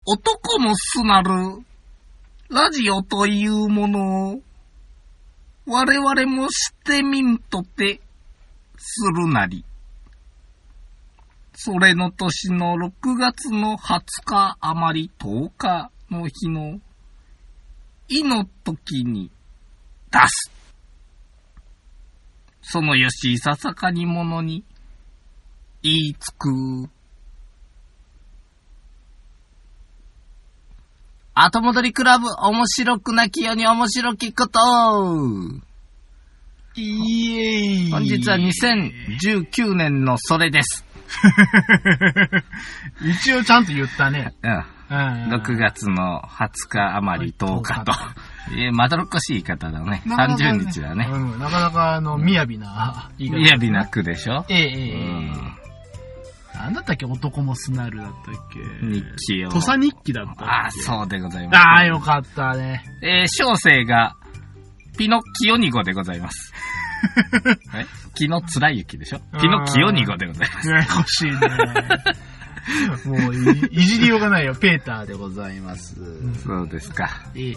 男もすなるラジオというものを我々も知ってみんとてするなり。それの年の6月の20日余り10日の日のいの時に出す。そのよしいささかにものに言いつく。後戻りクラブ面白くなきように面白きこと。 イエーイ。 本日は2019年のそれです。 一応ちゃんと言ったね。 うん。6月の20日余り10日と。まどろっこしい言い方だね。30日だね。 なかなかみやびな言い方。みやびな句でしょ。 なんだったっけ、男もすなるだったっけ。 日記を。 土佐日記だったっけ。 ああ、そうでございます。 ああ、よかったね。 小生がピノキヨニゴでございます。木のつらゆきでしょ。ピノキヨニゴでございます。 ややこしいね。もういじりようがないよ。ペーターでございます。 そうですか。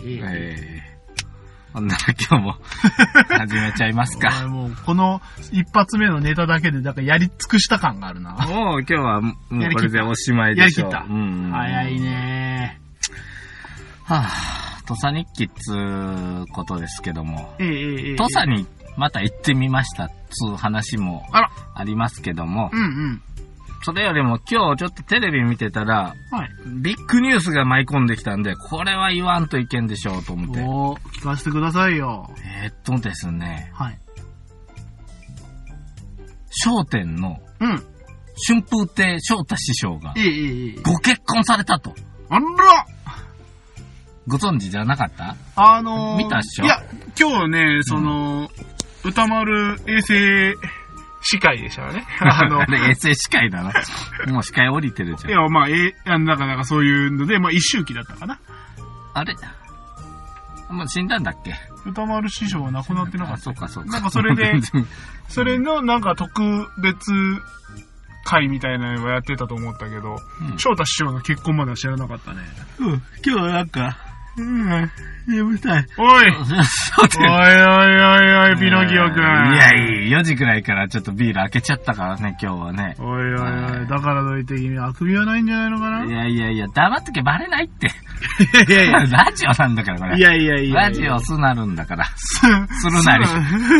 ほんなら今日も始めちゃいますか。 もうこの一発目のネタだけでだからやり尽くした感があるな。 もう今日はもうこれでおしまいでしょ。 やりきった。早いね。 はぁ、土佐日記っつうことですけども、土佐にまた行ってみましたっつう話もありますけども、それよりも今日ちょっとテレビ見てたら、ビッグニュースが舞い込んできたんで、これは言わんといけんでしょうと思って。 聞かせてくださいよ。 ですね。笑点の、春風亭昇太師匠が、ご結婚されたと。 あら！ ご存知じゃなかった？見たっしょ？ いや、今日ね、歌丸衛星司会でしたよね。 衛星司会だな。もう司会降りてるじゃん。 いや、まあ、なんかそういうので、まあ一周期だったかな。 あれ？もう死んだんだっけ？ 歌丸師匠は亡くなってなかった。 そうか。 なんかそれで、それのなんか特別会みたいなのをやってたと思ったけど、翔太師匠の結婚までは知らなかったね。 今日はなんか、眠たい。 おい、ピノキオくん。 いや、4時くらいからちょっとビール開けちゃったからね、今日はね。 おい、だからといって君、あくびはないんじゃないのかな？ いや、黙っとけバレないって。ラジオなんだから、これ。 いや。 ラジオすなるんだから。するなり。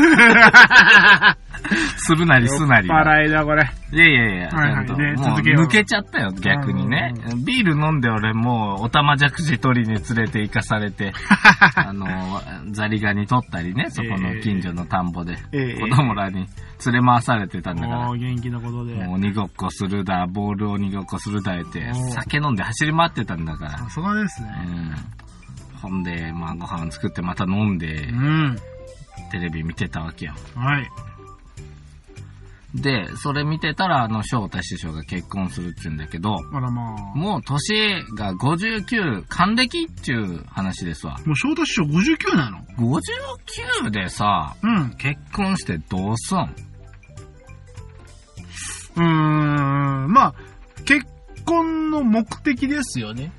するなり。 笑いだ、これ。 いや、もう抜けちゃったよ、逆にね。ビール飲んで俺もう、おたまじゃくし取りに連れて行かされて、ザリガニ取ったりね、そこの近所の田んぼで、子供らに連れ回されてたんだから。 元気なことで。 もう鬼ごっこするだ、ボール鬼ごっこするだって、酒飲んで走り回ってたんだから。 さすがですね。 ほんで、まあご飯作ってまた飲んで、テレビ見てたわけよ。で、それ見てたら、翔太師匠が結婚するって言うんだけど、もう年が59、還暦っていう話ですわ。 もう翔太師匠59なの？ 59 でさ、結婚してどうすん？ まあ、結婚の目的ですよね。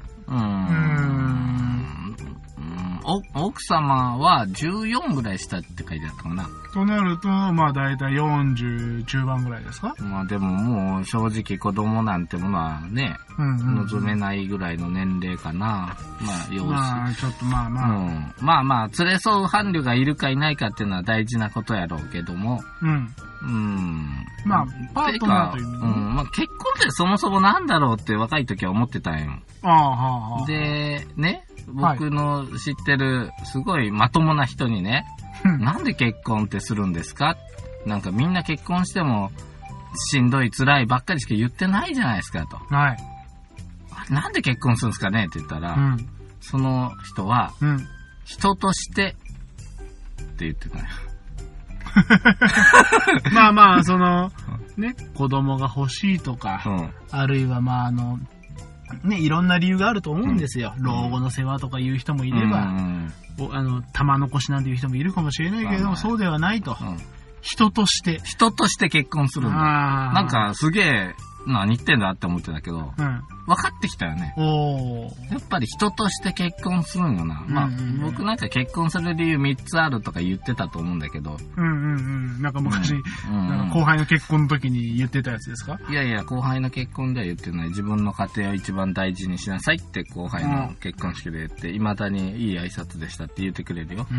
奥様は14ぐらいしたって書いてあったかな。 となると、まあだいたい40中盤ぐらいですか？ まあでももう正直子供なんてものはね、望めないぐらいの年齢かな。まあ養子。 まあちょっとまあ。 まあ連れ添う伴侶がいるかいないかっていうのは大事なことやろうけども。まあパートナーという意味で。 まあ結婚ってそもそもなんだろうって若い時は思ってたんよ。で、ね。僕の知ってるすごいまともな人にね、なんで結婚ってするんですか？なんかみんな結婚してもしんどい辛いばっかりしか言ってないじゃないですかと。なんで結婚するんですかねって言ったら、その人は、人としてって言ってたよ。 まあね、子供が欲しいとか、あるいはまあね、いろんな理由があると思うんですよ。老後の世話とかいう人もいれば、玉残しなんていう人もいるかもしれないけれども、そうではないと。人として。 人として結婚するんだ。なんかすげえ、 何言ってんだって思ってたけど、分かってきたよね。やっぱり人として結婚するんよな。まあ、僕なんか結婚する理由3つあるとか言ってたと思うんだけど。 なんか昔、なんか後輩の結婚の時に言ってたやつですか？ いやいや、後輩の結婚では言ってない。自分の家庭を一番大事にしなさいって後輩の結婚式で言って、未だにいい挨拶でしたって言ってくれるよ。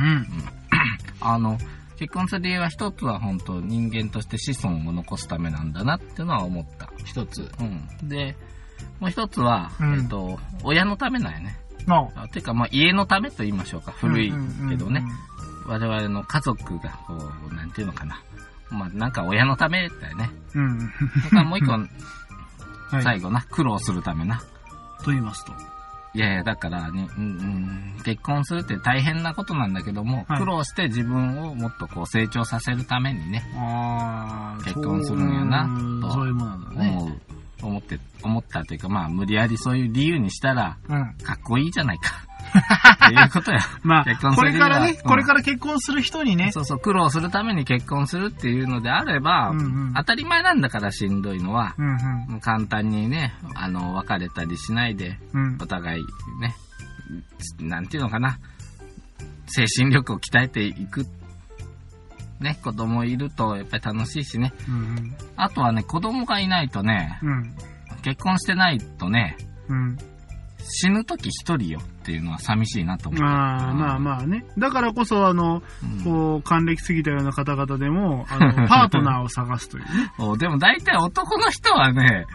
結婚する理由は一つは本当人間として子孫を残すためなんだなっていうのは思った。 一つ。 で、もう一つは、親のためなんやね。てか、まあ家のためと言いましょうか。古いけどね。我々の家族がこう、なんていうのかな。まあなんか親のためだよね。もう一個、最後な、苦労するためな。 と言いますと。 いやいや、だからね、結婚するって大変なことなんだけども、苦労して自分をもっとこう成長させるためにね、結婚するんやな、と。 そういうものなんだね。 思ったというか、まあ、無理やりそういう理由にしたら、かっこいいじゃないか。っていうことや。 まあ、これからね、これから結婚する人にね。 そうそう、苦労するために結婚するっていうのであれば、当たり前なんだからしんどいのは、簡単にね、別れたりしないで、お互いね、なんていうのかな、精神力を鍛えていく。ね、子供いるとやっぱり楽しいしね。あとはね、子供がいないとね、結婚してないとね、死ぬとき一人よっていうのは寂しいなと思う。 まあまあね。だからこそこう、還暦過ぎたような方々でも、パートナーを探すというね。 でも大体男の人はね、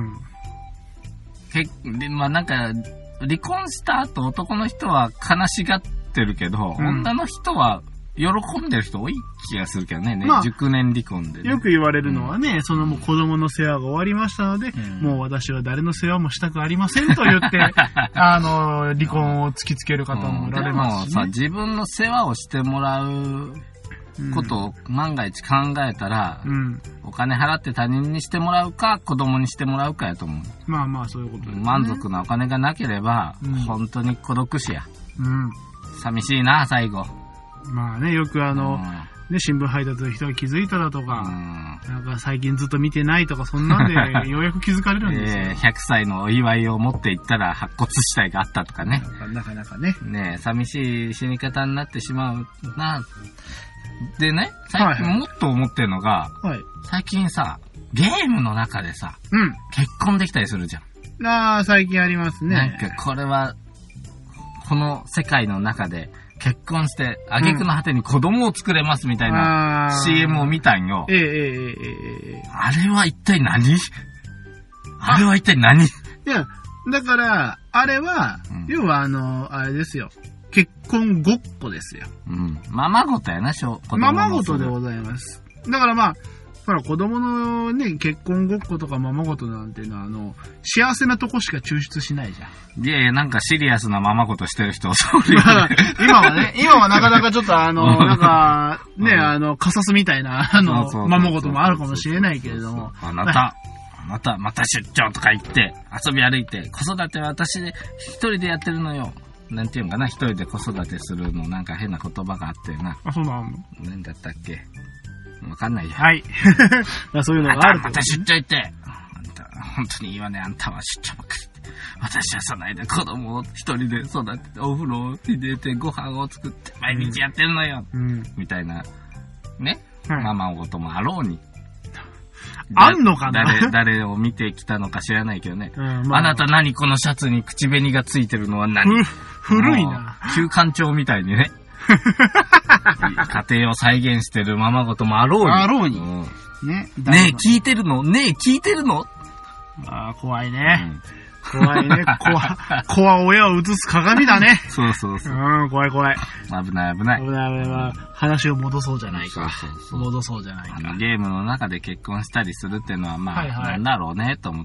まあなんか、離婚した後男の人は悲しがってるけど、女の人は喜んでる人多い気がするけどね、熟年離婚で、ね。 よく言われるのはね、もう子供の世話が終わりましたので、もう私は誰の世話もしたくありませんと言って、離婚を突きつける方もおられますし、ね。 でもさ、自分の世話をしてもらうことを万が一考えたら、お金払って他人にしてもらうか、子供にしてもらうかやと思う。 まあまあ、そういうことですね。 満足なお金がなければ、本当に孤独死や。寂しいな、最後。 まあね、よくね、新聞配達の人が気づいただとか、なんか最近ずっと見てないとか、そんなんでようやく気づかれるんですよ。 100歳のお祝いを持っていったら白骨死体があったとかね。 なかなかね。 ね、寂しい死に方になってしまうな。でね、最近もっと思ってるのが、最近さ、ゲームの中でさ、結婚できたりするじゃん。最近ありますね。 なんかこれは、この世界の中で、結婚して、挙句の果てに子供を作れますみたいな CM を見たんよ。あれは一体何？いや、だから、あれは、要はあれですよ。結婚ごっこですよ。 ままごとやな、 ままごとでございます。だからまあ、ほら、子供のね、結婚ごっことかままごとなんていうのは、幸せなとこしか抽出しないじゃん。 いやいや、なんかシリアスなままごとしてる人、そういう。 今はなかなかちょっとなんか、ね、カサスみたいな、ままごともあるかもしれないけれども。 また出張とか行って、遊び歩いて、子育ては私で一人でやってるのよ。なんていうのかな、一人で子育てするの、なんか変な言葉があってな。 そうなの？ なんだったっけ？わかんないよ。 はい。そういうのがあると。 また出張行って。本当にいいわね、あんたは出張ばっかり。私はその間子供を一人で育てて、お風呂を入れて、ご飯を作って、毎日やってるのよ。みたいな、ね。ママごともあろうに。 あんのかな？ 誰を見てきたのか知らないけどね。あなた何このシャツに口紅がついてるのは何？ 古いな。 旧館長みたいにね。家庭を再現してるままごともあろうに。 あろうに。 ねえ、聞いてるの？ 怖いね。怖いね。子は親を映す鏡だね。 そう。 怖い。 危ない。 話を戻そうじゃないか。戻そうじゃないか。 ゲームの中で結婚したりするっていうのは、まあ、なんだろうね、と思って。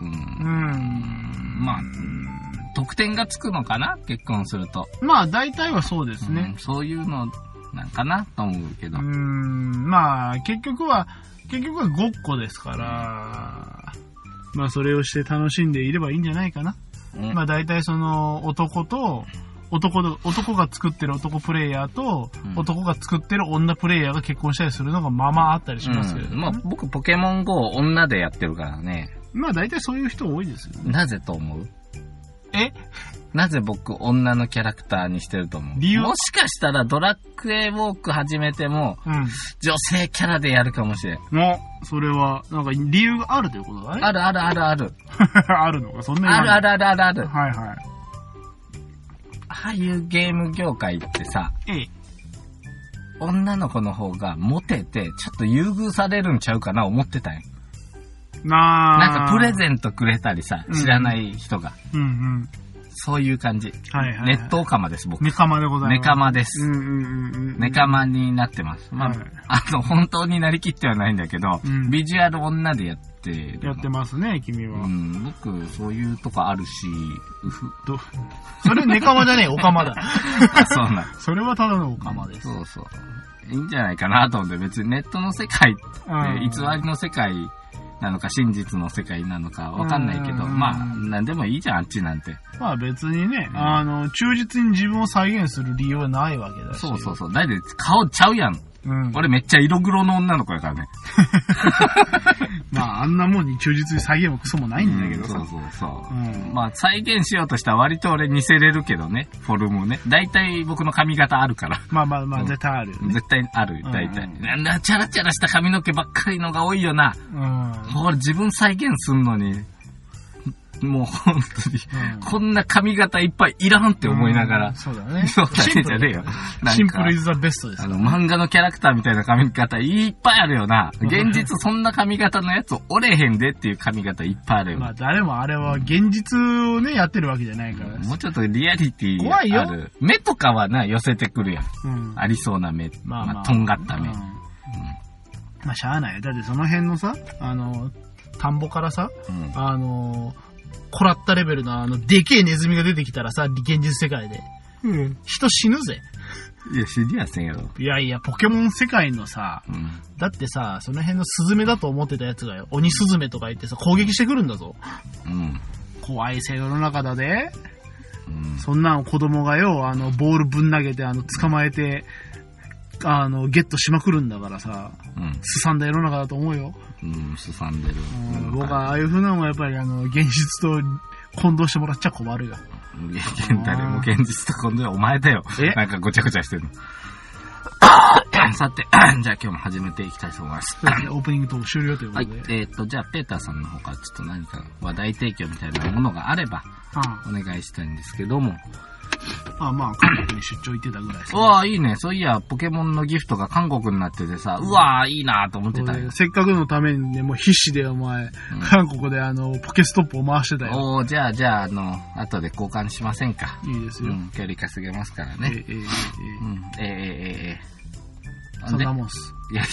まあ、得点がつくのかな？結婚すると。 まあ、大体はそうですね。 そういうのなんかなと思うけど。 まあ、結局はごっこですから、まあ、それをして楽しんでいればいいんじゃないかな。まあ、大体男と男が作ってる男プレイヤーと、男が作ってる女プレイヤーが結婚したりするのがまあまああったりしますけど、 まあ僕ポケモン GO を女でやってるからね。 まあ大体そういう人多いですよね。 なぜと思う？なぜ僕女のキャラクターにしてると思う？ 理由？ もしかしたらドラクエウォーク始めても、女性キャラでやるかもしれん。 それは、なんか理由があるということだね。 ある。あるのか、そんなにある。 はいはい。 ああいうゲーム業界ってさ、女の子の方がモテて、ちょっと優遇されるんちゃうかな思ってたんよ。なんかプレゼントくれたりさ、知らない人が。そういう感じ。ネットオカマです、僕。 ネカマでございます。 ネカマです。ネカマになってます。まあ、本当になりきってはないんだけど、ビジュアル女でやってる。 やってますね、君は。 僕、そういうとこあるし、 それネカマじゃねえ、オカマだ。 そうなん。 それはただのオカマです。 そうそう。いいんじゃないかなと思って、別にネットの世界って、偽りの世界なのか真実の世界なのかわかんないけど、まあ、なんでもいいじゃん、あっちなんて。 まあ別にね、忠実に自分を再現する理由はないわけだし。 そう。だって顔ちゃうやん。俺めっちゃ色黒の女の子やからね。 まああんなもんに忠実に再現もクソもないんだけどさ。 そう。まあ再現しようとしたら割と俺似せれるけどね、フォルムね。大体僕の髪型あるから。 まあ絶対あるよね。 絶対ある、大体。なんだ、チャラチャラした髪の毛ばっかりのが多いよな。これ自分再現すんのに。もう本当に、こんな髪型いっぱいいらんって思いながら。 そうだね。 そうだねじゃねえよ。 シンプルイズザベストです。 漫画のキャラクターみたいな髪型いっぱいあるよな。現実そんな髪型のやつおれへんでっていう髪型いっぱいあるよ。 まあ誰もあれは現実をね、やってるわけじゃないから。 もうちょっとリアリティある。 怖いよ。 目とかはな、寄せてくるやん。ありそうな目。まあ、とんがった目。 まあしゃあない。だってその辺のさ、田んぼからさ、こらったレベルのでけえネズミが出てきたらさ、現実世界で。人死ぬぜ。 いや、死にはせんやろ。 いや、ポケモン世界のさ、だってさ、その辺のスズメだと思ってたやつがよ、鬼スズメとか言ってさ、攻撃してくるんだぞ。怖い世の中だで。そんなの子供がよ、ボールぶん投げて、捕まえて、ゲットしまくるんだからさ、すさんだ世の中だと思うよ。 すさんでる。 僕はああいう風なのはやっぱり現実と混同してもらっちゃ困るよ。 誰も現実と混同はお前だよ。なんかごちゃごちゃしてるの。さて、じゃあ今日も始めていきたいと思います。 そうですね、オープニングトーク終了ということで。 はい。じゃあペーターさんの方からちょっと何か話題提供みたいなものがあれば、お願いしたいんですけども。 まあ、韓国に出張行ってたぐらいです、 ね。うわぁ、いいね。そういや、ポケモンのギフトが韓国になっててさ、うわぁ、いいなぁと思ってたよ。 せっかくのためにね、もう必死でお前、韓国でポケストップを回してたよ。 じゃあ、後で交換しませんか。 いいですよ。 距離稼げますからね。 そんなもんす。 いや、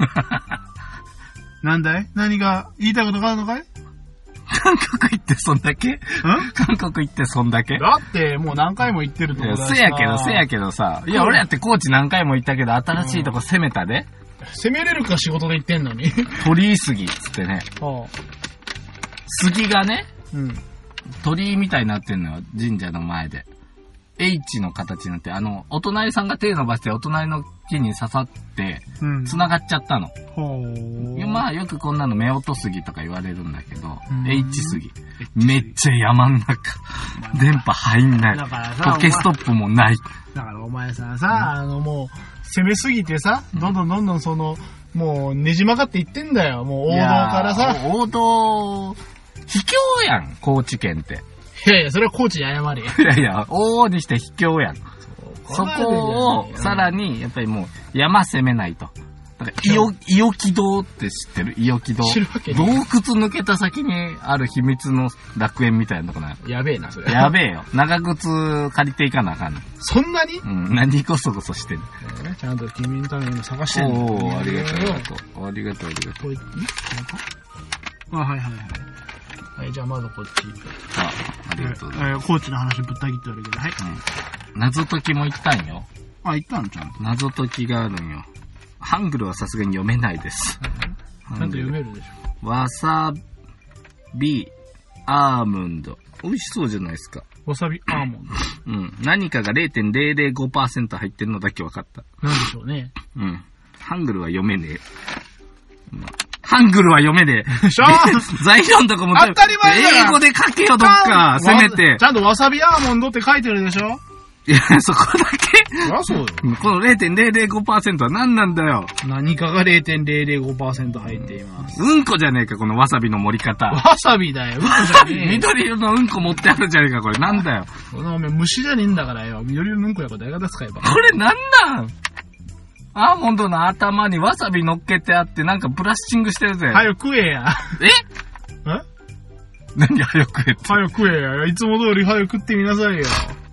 なんだい？何が言いたいことがあるのかい？ 韓国行ってそんだけ？韓国行ってそんだけ？ だってもう何回も行ってるとこだし。 せやけどさ。いや、俺やって高知何回も行ったけど、新しいとこ攻めたで。 攻めれるか仕事で行ってんのに。 鳥居杉っつってね。杉がね、鳥居みたいになってんのよ、神社の前で。H の形になって、お隣さんが手伸ばしてお隣の木に刺さって、繋がっちゃったの。まあよくこんなの夫婦杉とか言われるんだけど、H 杉。めっちゃ山ん中。電波入んない。ポケストップもない。 だからお前さ、もう、攻めすぎてさ、どんどんもうねじ曲がっていってんだよ。もう王道からさ。 王道、秘境やん、高知県って。 いや、それはコーチに謝れ。 いや、往々にして秘境やん。そこを、さらに、やっぱりもう、山攻めないと。だから、伊予軌道って知ってる？伊予軌道。 知るわけね。 洞窟抜けた先にある秘密の楽園みたいなとこな。 やべえな、それ。 やべえよ。長靴借りていかなあかんの。 そんなに？ 何こそこそしてる。 ちゃんと君のために探してんの。 ありがとう。ありがとう。 これ、はい。はい、じゃあまずこっち。 ありがとう。 コーチの話ぶった切ってあるけど、はい。 謎解きも行ったんよ。 行ったのちゃんと。 謎解きがあるんよ。ハングルはさすがに読めないです。 ちゃんと読めるでしょ。 わさびアーモンド。美味しそうじゃないですか。 わさびアーモンド。うん。何かが 0.005% 入ってるのだけ分かった。 なんでしょうね。 うん。ハングルは読めねえ。ハングルは読めねえ。材料のとこも当たり前だよ。 英語で書けよ、どっか。せめて。 ちゃんとわさびアーモンドって書いてるでしょ？ いや、そこだけ。 そりゃそうよ。 この 0.005% は何なんだよ。 何かが 0.005% 入っています。 うんこじゃねえか、このわさびの盛り方。 わさびだよ。うんこじゃねえ。 緑色のうんこ持ってあるじゃねえか、これ。なんだよ。 お前虫じゃねえんだからよ。緑色のうんこやから誰が使えば。 これなんなん？アーモンドの頭にわさび乗っけてあって、なんかブラッシングしてるぜ。 はよ食えや。 何はよ食えって。 はよ食えや。いつも通りはよ食ってみなさいよ。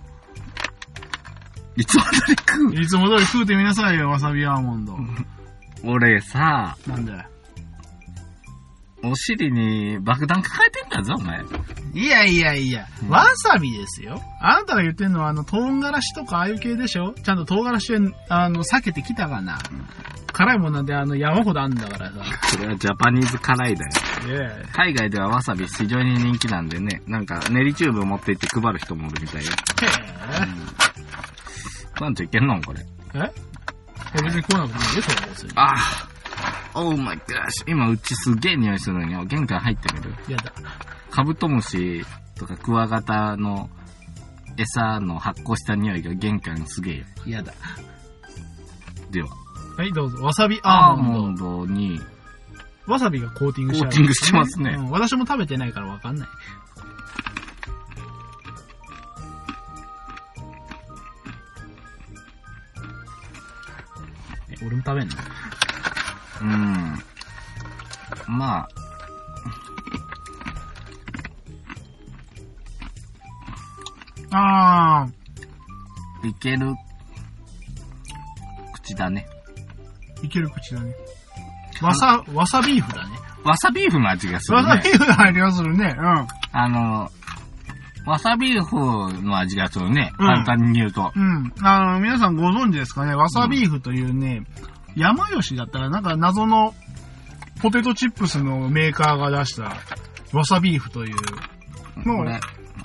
いつも通り食う？ いつも通り食うてみなさいよ、わさびアーモンド。 俺さ、 なんだよ。 お尻に爆弾抱えてんだぞ、お前。 いやいやいや、わさびですよ。あなたが言ってんのは、唐辛子とかああいう系でしょ？ちゃんと唐辛子は、避けてきたかな。辛いもんなんで、山ほどあんだからさ。 それはジャパニーズ辛いだよ。 Yeah. 海外ではわさび非常に人気なんでね、なんか練りチューブ持って行って配る人もいるみたいよ。 へぇ、 なんといけんのこれ。 別に食わなくていいよ、それは別に。 ああ。オーマイガーシュ。今うちすげえ匂いするのに、玄関入ってみる？ やだ。 カブトムシとかクワガタの餌の発酵した匂いが玄関すげえよ。 やだ。 では。 はい、どうぞ。わさびアーモンドに、 わさびがコーティングしてある、 コーティングしてますね。 私も食べてないからわかんない。俺も食べんの？ まあ。いける口だね。 いける口だね。わさビーフだね。 わさビーフの味がするね。 わさビーフの味がするね。 わさビーフの味がするね。簡単に言うと。 皆さんご存知ですかね。わさビーフというね、山吉だったらなんか謎のポテトチップスのメーカーが出したわさビーフという。 これ、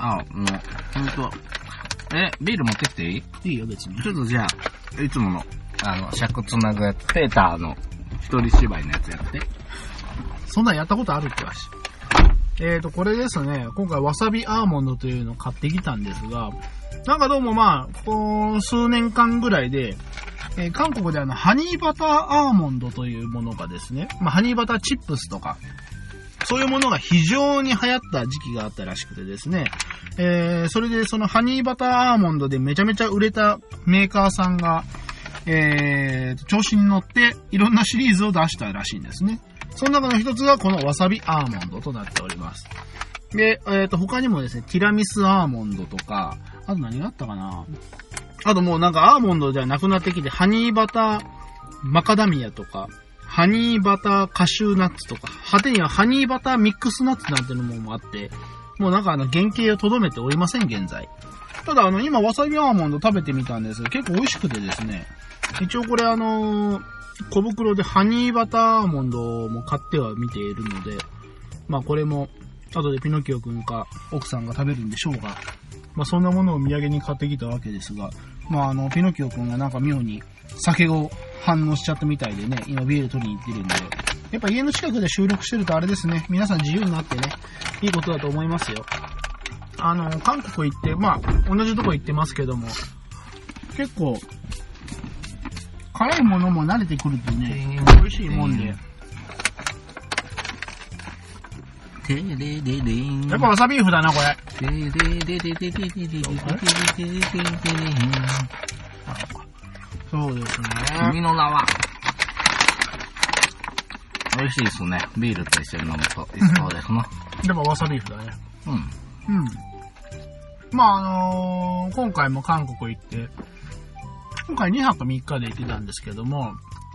ビール持ってきていい？ いいよ、別に。 ちょっとじゃあ、いつもの、尺つなぐやつ、ペーターの一人芝居のやつやって。 そんなんやったことあるってわし。これですね、今回わさびアーモンドというのを買ってきたんですが、なんかどうもこの数年間ぐらいで、韓国でハニーバターアーモンドというものがですね、ハニーバターチップスとか、そういうものが非常に流行った時期があったらしくてですね、それでそのハニーバターアーモンドでめちゃめちゃ売れたメーカーさんが、調子に乗っていろんなシリーズを出したらしいんですね。その中の一つがこのわさびアーモンドとなっております。で、他にもですね、ティラミスアーモンドとか、あと何があったかな？あともうなんかアーモンドじゃなくなってきて、ハニーバターマカダミアとか、ハニーバターカシューナッツとか、果てにはハニーバターミックスナッツなんてのもあって、もうなんか原型をとどめておりません、現在。ただ今わさびアーモンド食べてみたんですが、結構美味しくてですね、一応これ小袋でハニーバターアーモンドも買ってはみているので、これも後でピノキオくんか奥さんが食べるんでしょうが、そんなものを土産に買ってきたわけですが、ピノキオくんがなんか妙に酒を反応しちゃったみたいでね、今ビール取りに行ってるんで、やっぱ家の近くで収録してるとあれですね、皆さん自由になってね、いいことだと思いますよ。韓国行って、同じとこ行ってますけども、結構、辛いものも慣れてくるとね、美味しいもんで。やっぱわさビーフだな、これ。そうですね。 君の名は。美味しいですね。ビールと一緒に飲むと。そうですね。 でもわさビーフだね。今回も韓国行って、今回2泊3日で行ってたんですけども、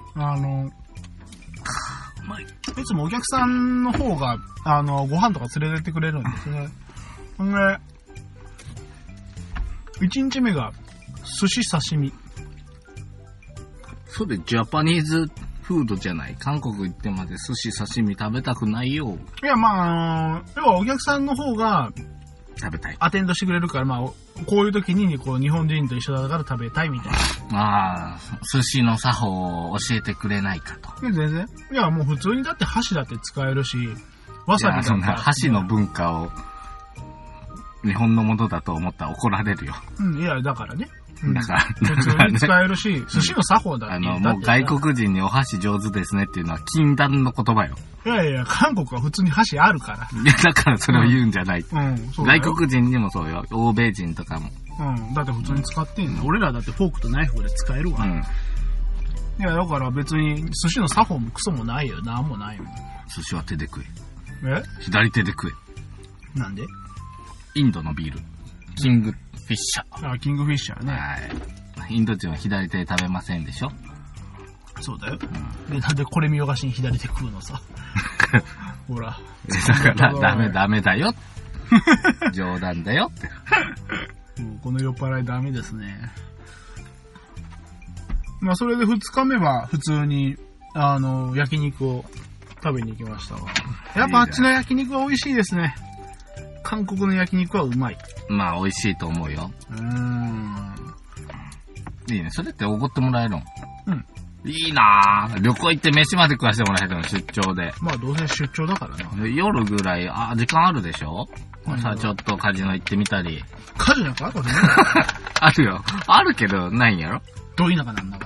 いつもお客さんの方が、ご飯とか連れてってくれるんですね。ほんで、1日目が寿司刺身。 それジャパニーズフードじゃない。韓国行ってまで寿司刺身食べたくないよ。 いや、まあ、要はお客さんの方が、 食べたい。 アテンドしてくれるから、まあ、こういう時に、こう、日本人と一緒だから食べたいみたいな。ああ、寿司の作法を教えてくれないかと。 全然。いや、もう普通にだって箸だって使えるし、わさびだって。 そんな箸の文化を、日本のものだと思ったら怒られるよ。 いや、だからね。 だから、 普通に使えるし、寿司の作法だって。 もう外国人にお箸上手ですねっていうのは禁断の言葉よ。 いやいや、韓国は普通に箸あるから。 いや、だからそれを言うんじゃない。外国人にもそうよ。欧米人とかも。 だって普通に使ってんの。俺らだってフォークとナイフで使えるわ。いや、だから別に寿司の作法もクソもないよ。なんもないよ。 寿司は手で食え。 え？ 左手で食え。なんで？ インドのビール。キングフィッシャー。 キングフィッシャーね。 はい。インド人は左手で食べませんでしょ？ そうだよ。で、なんでこれ見よがしに左手食うのさ。ほら。 だからダメだよ。冗談だよって。 もうこの酔っ払いダメですね。まあそれで2日目は普通に、焼肉を食べに行きましたわ。やっぱあっちの焼肉は美味しいですね。韓国の焼肉はうまい。 まあ美味しいと思うよ。いいね。それっておごってもらえるの？いいなぁ。旅行行って飯まで食わしてもらえるの、出張で。 まあどうせ出張だからな。 夜ぐらい、時間あるでしょ？さあちょっとカジノ行ってみたり。 カジノかこれね。 あるよ。あるけど、ないんやろ？ ど田舎なんだから。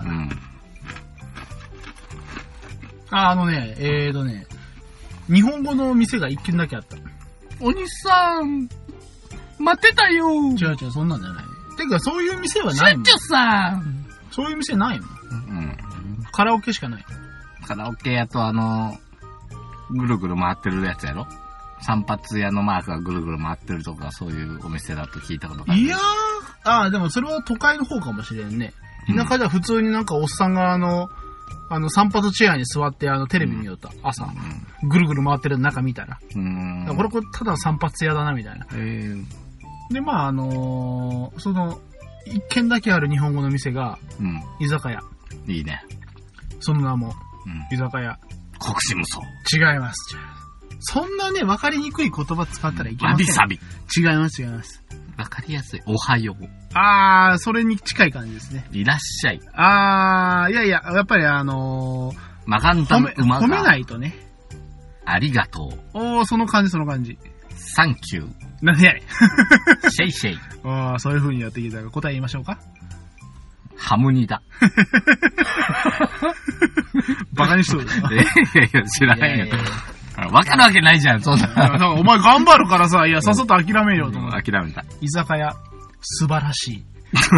日本語の店が一軒だけあった。 お兄さん、待ってたよ。 違う、そんなんじゃない。てか、そういう店はないもん。 出張さん。 そういう店ないもん。カラオケしかない。 カラオケ屋とぐるぐる回ってるやつやろ？散髪屋のマークがぐるぐる回ってるとか、そういうお店だと聞いたことがある。 いやー、でもそれは都会の方かもしれんね。田舎では普通になんかおっさんが散髪チェアに座ってテレビ見よった。朝。ぐるぐる回ってる中見たら。これただの散髪屋だな、みたいな。で、まあその、一軒だけある日本語の店が、居酒屋。 いいね。 その名も、居酒屋。 国士無双。 違います。そんなね、わかりにくい言葉使ったらいけません。 わびさび。 違います。 わかりやすい。おはよう。 それに近い感じですね。 いらっしゃい。 いや、やっぱりマガンタン馬が。 褒めないとね。 ありがとう。その感じ。 サンキュー。 なんでやねん。シェイシェイ。 そういう風にやってきたら答え言いましょうか。 ハムニだ。 バカにしとる。 いや、知らないよ。わかるわけないじゃん、そんな。 お前頑張るからさ、いや、さっさと諦めようと思って。 諦めた。 居酒屋、素晴らしい。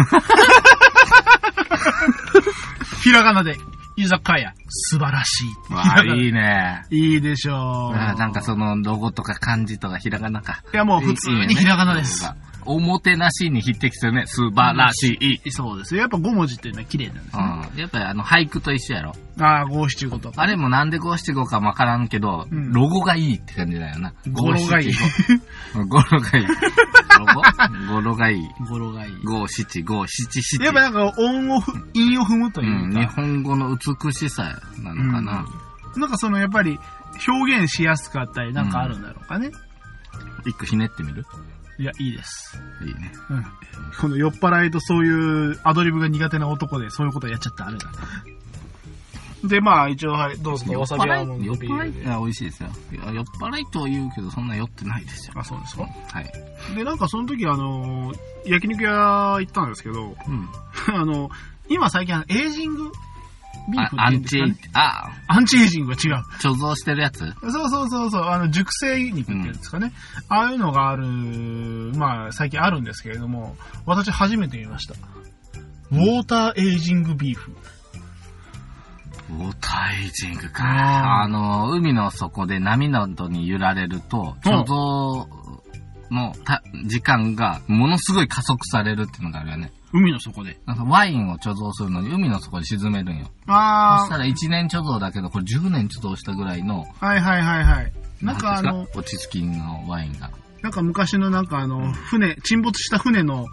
ひらがなで、居酒屋、素晴らしい。 いいね。 いいでしょう。 なんかその、ロゴとか漢字とかひらがなか。 いや、もう普通にひらがなです。 おもてなしに匹敵するね。素晴らしい。 そうですよ。やっぱ5文字っていうのは綺麗なんですね。 やっぱり俳句と一緒やろ。 五七五とか。 あれもなんで五七五かわからんけど、ロゴがいいって感じだよな。 語呂がいい。 語呂がいい。語呂がいい。五七五七七。 やっぱなんか音を踏むというか。 日本語の美しさなのかな。 なんかやっぱり表現しやすかったりなんかあるんだろうかね。 一個ひねってみる？ いや、いいです。 いいね。 この酔っ払いとそういうアドリブが苦手な男でそういうことやっちゃったあれだ。で、まあ一応、はい、どうぞ。 酔っ払いが美味しいですよ。酔っ払いとは言うけど、そんな酔ってないですよ。 そうですか？ はい。 で、なんかその時焼肉屋行ったんですけど、今最近エイジングビーフって言うんですかね。アンチエイジングは違う。 貯蔵してるやつ？ そう。熟成肉っていうんですかね。ああいうのがある、まあ、最近あるんですけれども、私初めて見ました。ウォーターエイジングビーフ。 ウォーターエイジングか。海の底で波などに揺られると、貯蔵の時間がものすごい加速されるっていうのがあるよね。 海の底で。 なんかワインを貯蔵するのに海の底で沈めるんよ。そしたら1年貯蔵だけど、これ10年貯蔵したぐらいの。 はい。なんか落ち着きのワインが。 なんか昔のなんか沈没した船の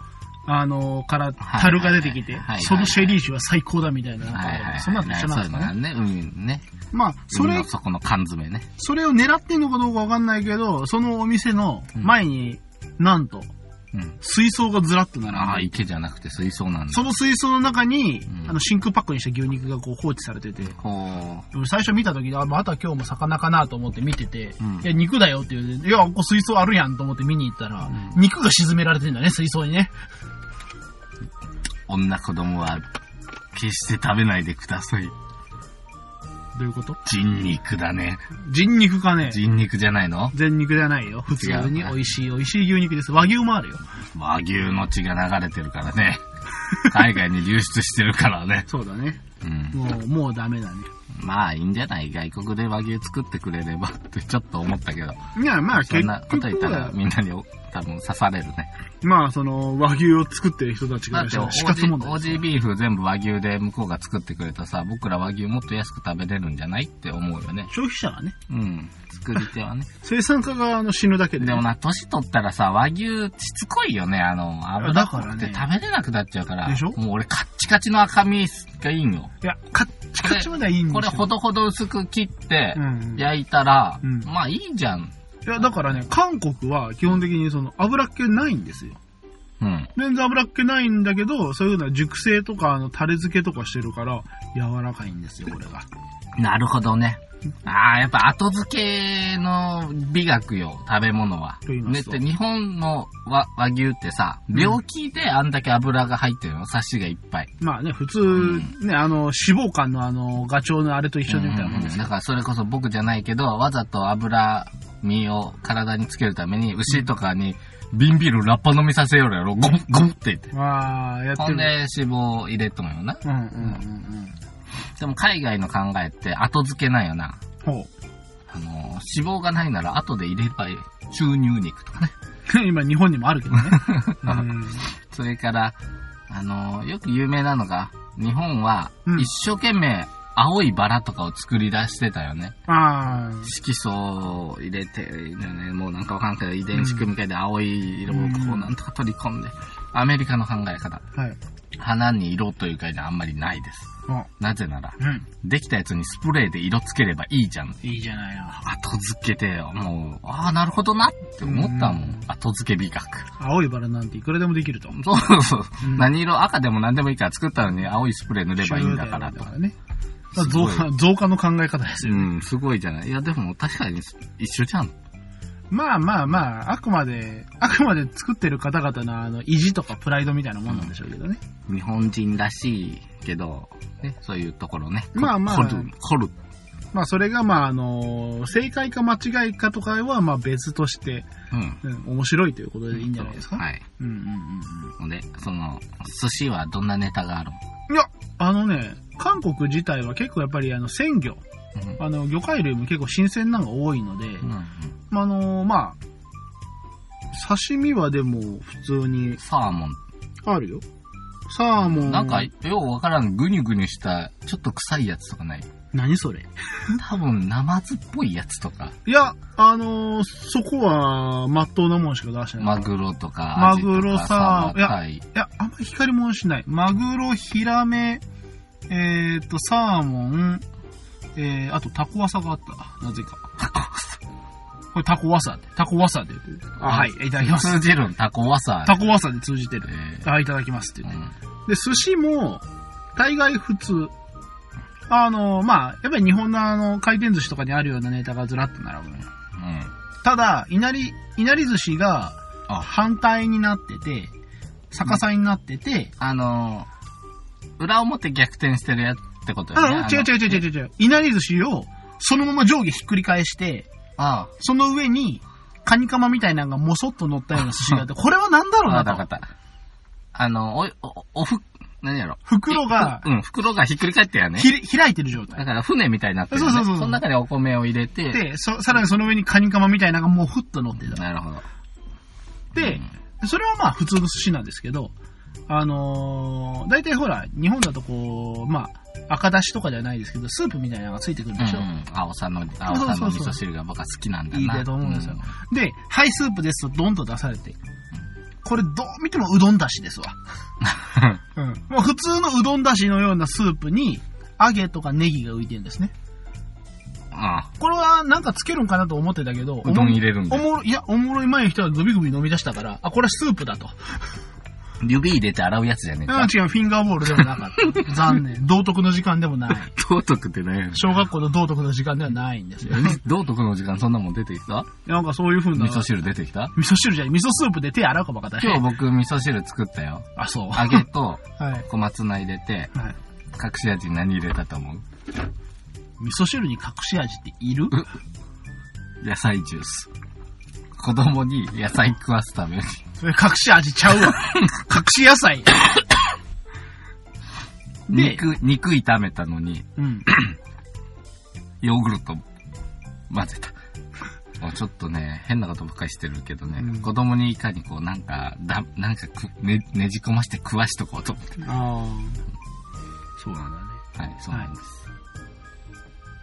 から樽が出てきて、そのシェリー酒は最高だみたいな、そんなの一緒なんですかね。 ね。 まあ、 そこの缶詰ね。 それを狙ってんのかどうかわかんないけど、そのお店の前に、なんと、水槽がずらっと並んで。 ああ、池じゃなくて水槽なんだ。 その水槽の中に、真空パックにした牛肉がこう放置されてて。最初見た時に、また今日も魚かなと思って見てて、いや、肉だよって言うて、いや、ここ水槽あるやんと思って見に行ったら、肉が沈められてんだね、水槽にね。 女子供は、決して食べないでください。 どういうこと？ 人肉だね。 人肉かね？ 人肉じゃないの？ 全肉じゃないよ。普通に美味しい牛肉です。和牛もあるよ。 和牛の血が流れてるからね。海外に流出してるからね。 そうだね。もうダメだね。 まあいいんじゃない？外国で和牛作ってくれればってちょっと思ったけど。 いや、まあそんなこと言ったらみんなに多分刺されるね。 まあその和牛を作ってる人たちが死活問題。 オージービーフ全部和牛で向こうが作ってくれたさ、僕ら和牛もっと安く食べれるんじゃないって思うよね。 消費者はね。 作り手はね。 生産家が死ぬだけで、ね。 でもな、年取ったらさ、和牛しつこいよね。油っこくて食べれなくなっちゃうから。 でしょ？ もう俺カッチカチの赤身がいいんよ。 いや、カッチカチまではいいんですよ。 これほどほど薄く切って焼いたら、まあいいじゃん。 いや、だからね、韓国は基本的にその油っ気ないんですよ。全然油っ気ないんだけど、そういうのは熟成とかタレ漬けとかしてるから柔らかいんですよ、これが。 なるほどね。やっぱ後付けの美学よ、食べ物は。ねって日本の和牛ってさ、病気であんだけ油が入ってるの、サシがいっぱい。 まあね、普通、ね、脂肪肝のガチョウのあれと一緒でみたいなもんですよ。 だからそれこそ僕じゃないけど、わざと油身を体につけるために、牛とかに、瓶ビールラッパ飲みさせよるやろ。ゴムゴムって言って。 やってる。 ほんで脂肪を入れとんよな。でも海外の考えって後付けなんよな。脂肪がないなら後で入れればいい。注入肉とかね。 今日本にもあるけどね。 それから、よく有名なのが、日本は一生懸命青いバラとかを作り出してたよね。色素を入れて、もうなんかわかんないけど遺伝子組み換えで青い色をこうなんとか取り込んで。アメリカの考え方。花に色という概念あんまりないです。なぜなら、できたやつにスプレーで色つければいいじゃん。 いいじゃないよ。 後付けて、もう、なるほどなって思ったもん。後付け美学。 青いバラなんていくらでもできると。 そうそう。何色赤でも何でもいいから作ったのに青いスプレー塗ればいいんだからと。 増加の考え方ですよね。 すごいじゃない。いや、でも確かに一緒じゃん。 まあ、あくまで作ってる方々の意地とかプライドみたいなもんなんでしょうけどね。 日本人らしいけど、ね、そういうところね。 掘る。まあ、それが正解か間違いかとかは別として、面白いということでいいんじゃないですか。 はい。で、寿司はどんなネタがあるの？ いや、韓国自体は結構やっぱり鮮魚。魚介類も結構新鮮なのが多いので、刺身はでも普通に。 サーモン。 あるよ。サーモン。 なんか、ようわからん、ぐにゅぐにゅした、ちょっと臭いやつとかない？ 何それ？ 多分、ナマズっぽいやつとか。 いや、そこは、まっとうなもんしか出してない。 マグロとか、 マグロさ、いや、あんまり光り物しない。マグロ、ヒラメ、サーモン、あとタコワサがあった。なぜか。これタコワサで。はい、いただきます。 通じるん、タコワサ。 タコワサで通じてる。いただきますって言って。で、寿司も、大概普通。やっぱり日本の回転寿司とかにあるようなネタがずらっと並ぶのよ。ただ、いなり寿司が反対になってて、逆さになってて、 裏表逆転してるやつってことよね。 違う。いなり寿司をそのまま上下ひっくり返して、その上にカニカマみたいなのがもそっと乗ったような寿司があって、これは何だろうなと。 何やろ。 袋がひっくり返ってやね。 開いてる状態。 だから船みたいになってる、ね。そう。その中にお米を入れて。 で、さらにその上にカニカマみたいなのがもうふっと乗ってた。 なるほど。 で、それは普通の寿司なんですけど、大体ほら、日本だとこう、赤だしとかじゃないですけど、スープみたいなのがついてくるでしょ。 青さの味噌汁が僕は好きなんだな。 いいだと思うんですよ。で、はい、スープですとドンと出されて。 これどう見てもうどんだしですわ。うん。もう普通のうどんだしのようなスープに、揚げとかネギが浮いてるんですね。 ああ。 これはなんかつけるんかなと思ってたけど、 うどん入れるんだ。 おもろい前の人はグビグビ飲み出したから、あ、これスープだと。 指入れて洗うやつじゃねえか。 あ、違う、フィンガーボールでもなかった。残念。道徳の時間でもない。 道徳ってね。 小学校の道徳の時間ではないんですよ。 道徳の時間そんなもん出てきた？ なんかそういう風な。 味噌汁出てきた？ 味噌汁じゃない、味噌スープで手洗うかも分かった。 今日僕味噌汁作ったよ。 あ、そう。 揚げと小松菜入れて、はい、隠し味何入れたと思う？ 味噌汁に隠し味っている？ 野菜ジュース。子供に野菜食わすために。 それ隠し味ちゃうわ。隠し野菜。 肉炒めたのに、うん、ヨーグルト混ぜた。もうちょっとね、変なことばっかりしてるけどね、うん、子供にいかにこうなんかねじ込まして食わしとこうと思って。ああ。 そうなんだね。 はい、そうなんです。はい、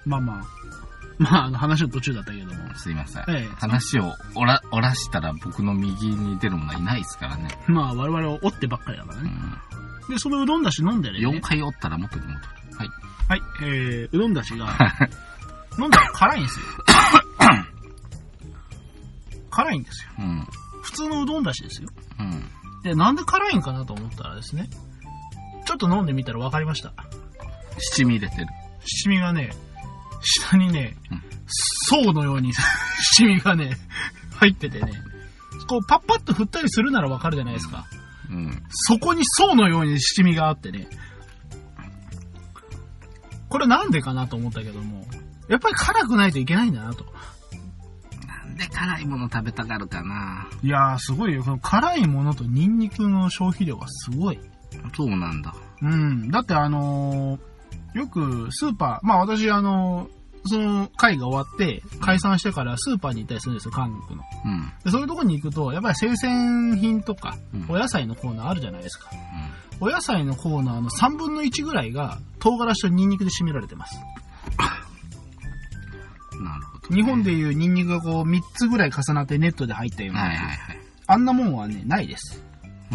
まあ、話の途中だったけども。 すいません。話を折らしたら僕の右に出るものはいないですからね。 まあ、我々を折ってばっかりだからね。うん、で、そのうどんだし飲んでね。 4回折ったらもっとでも。はい。 はい、うどんだしが、飲んだら辛いんですよ。辛いんですよ。うん。普通のうどんだしですよ。うん。で、なんで辛いんかなと思ったらですね、ちょっと飲んでみたら分かりました。 七味入れてる。 七味がね、下にね、層のように七味がね、入っててね、こうパッパッと振ったりするならわかるじゃないですか。うん。そこに層のように七味があってね、これなんでかなと思ったけども、やっぱり辛くないといけないんだなと。 なんで辛いもの食べたがるかな。 いやーすごいよ。この辛いものとニンニクの消費量がすごい。 そうなんだ。 うん。だってよくスーパー、まあ私その会が終わって解散してからスーパーに行ったりするんですよ、韓国の。うん、でそういうとこに行くと、やっぱり生鮮品とか、お野菜のコーナーあるじゃないですか。うん、お野菜のコーナーの3分の1ぐらいが唐辛子とニンニクで占められてます。 なるほど、ね。 日本でいうニンニクがこう3つぐらい重なってネットで入ったような。はいはいはい。あんなもんはね、ないです。うん。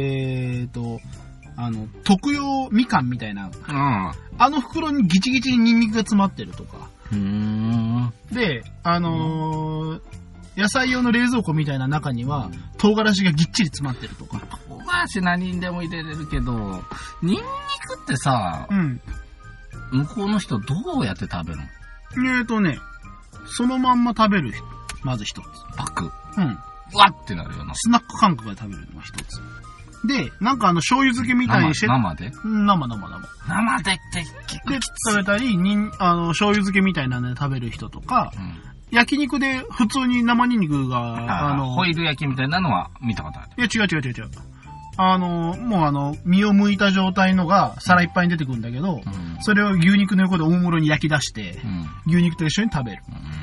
特用みかんみたいな、あの袋にギチギチにニンニクが詰まってるとか。で、野菜用の冷蔵庫みたいな中には、唐辛子がぎっちり詰まってるとか。 唐辛子何にでも入れれるけど、ニンニクってさ、うん、向こうの人どうやって食べるの？そのまんま食べる人、まず一つ。 パク。うん。うわってなるよな。 スナック感覚で食べるのが一つ。で、なんか醤油漬けみたいにして。 生で？ 生でって結構きつい。 食べたり、醤油漬けみたいなので食べる人とか、うん、焼肉で普通に生ニンニクが、 ホイル焼きみたいなのは見たことある。 いや、違う。もう身を剥いた状態のが皿いっぱいに出てくるんだけど、うん、それを牛肉の横で大物に焼き出して、うん、牛肉と一緒に食べる。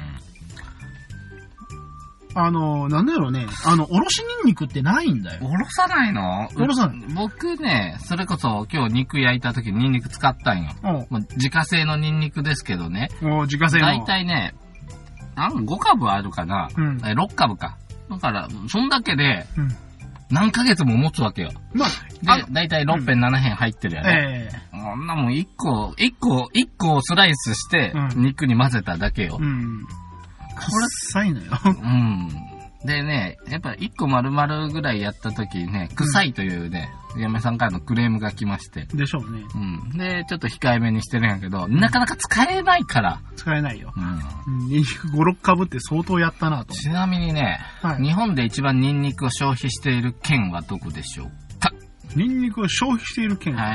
なんだろうね。おろしニンニクってないんだよ。 おろさないの？ おろさない。 僕ね、それこそ今日肉焼いた時にニンニク使ったんよ。自家製のニンニクですけどね。 自家製の。 だいたいね、5株あるかな、うん、6株か。だから、そんだけで、何ヶ月も持つわけよ。まあ、で、だいたい6辺7辺入ってるやね。こんなもん1個スライスして、肉に混ぜただけよ。 臭いのよ。 うん。でね、やっぱ1個丸々ぐらいやった時にね、臭いというね、嫁さんからのクレームが来まして。 でしょうね。 うん。で、ちょっと控えめにしてるんやけど、なかなか使えないから。 使えないよ。うん。ニンニク5、6株って相当やったなと。 ちなみにね、はい、日本で一番ニンニクを消費している県はどこでしょうか？ ニンニクを消費している県？ はい。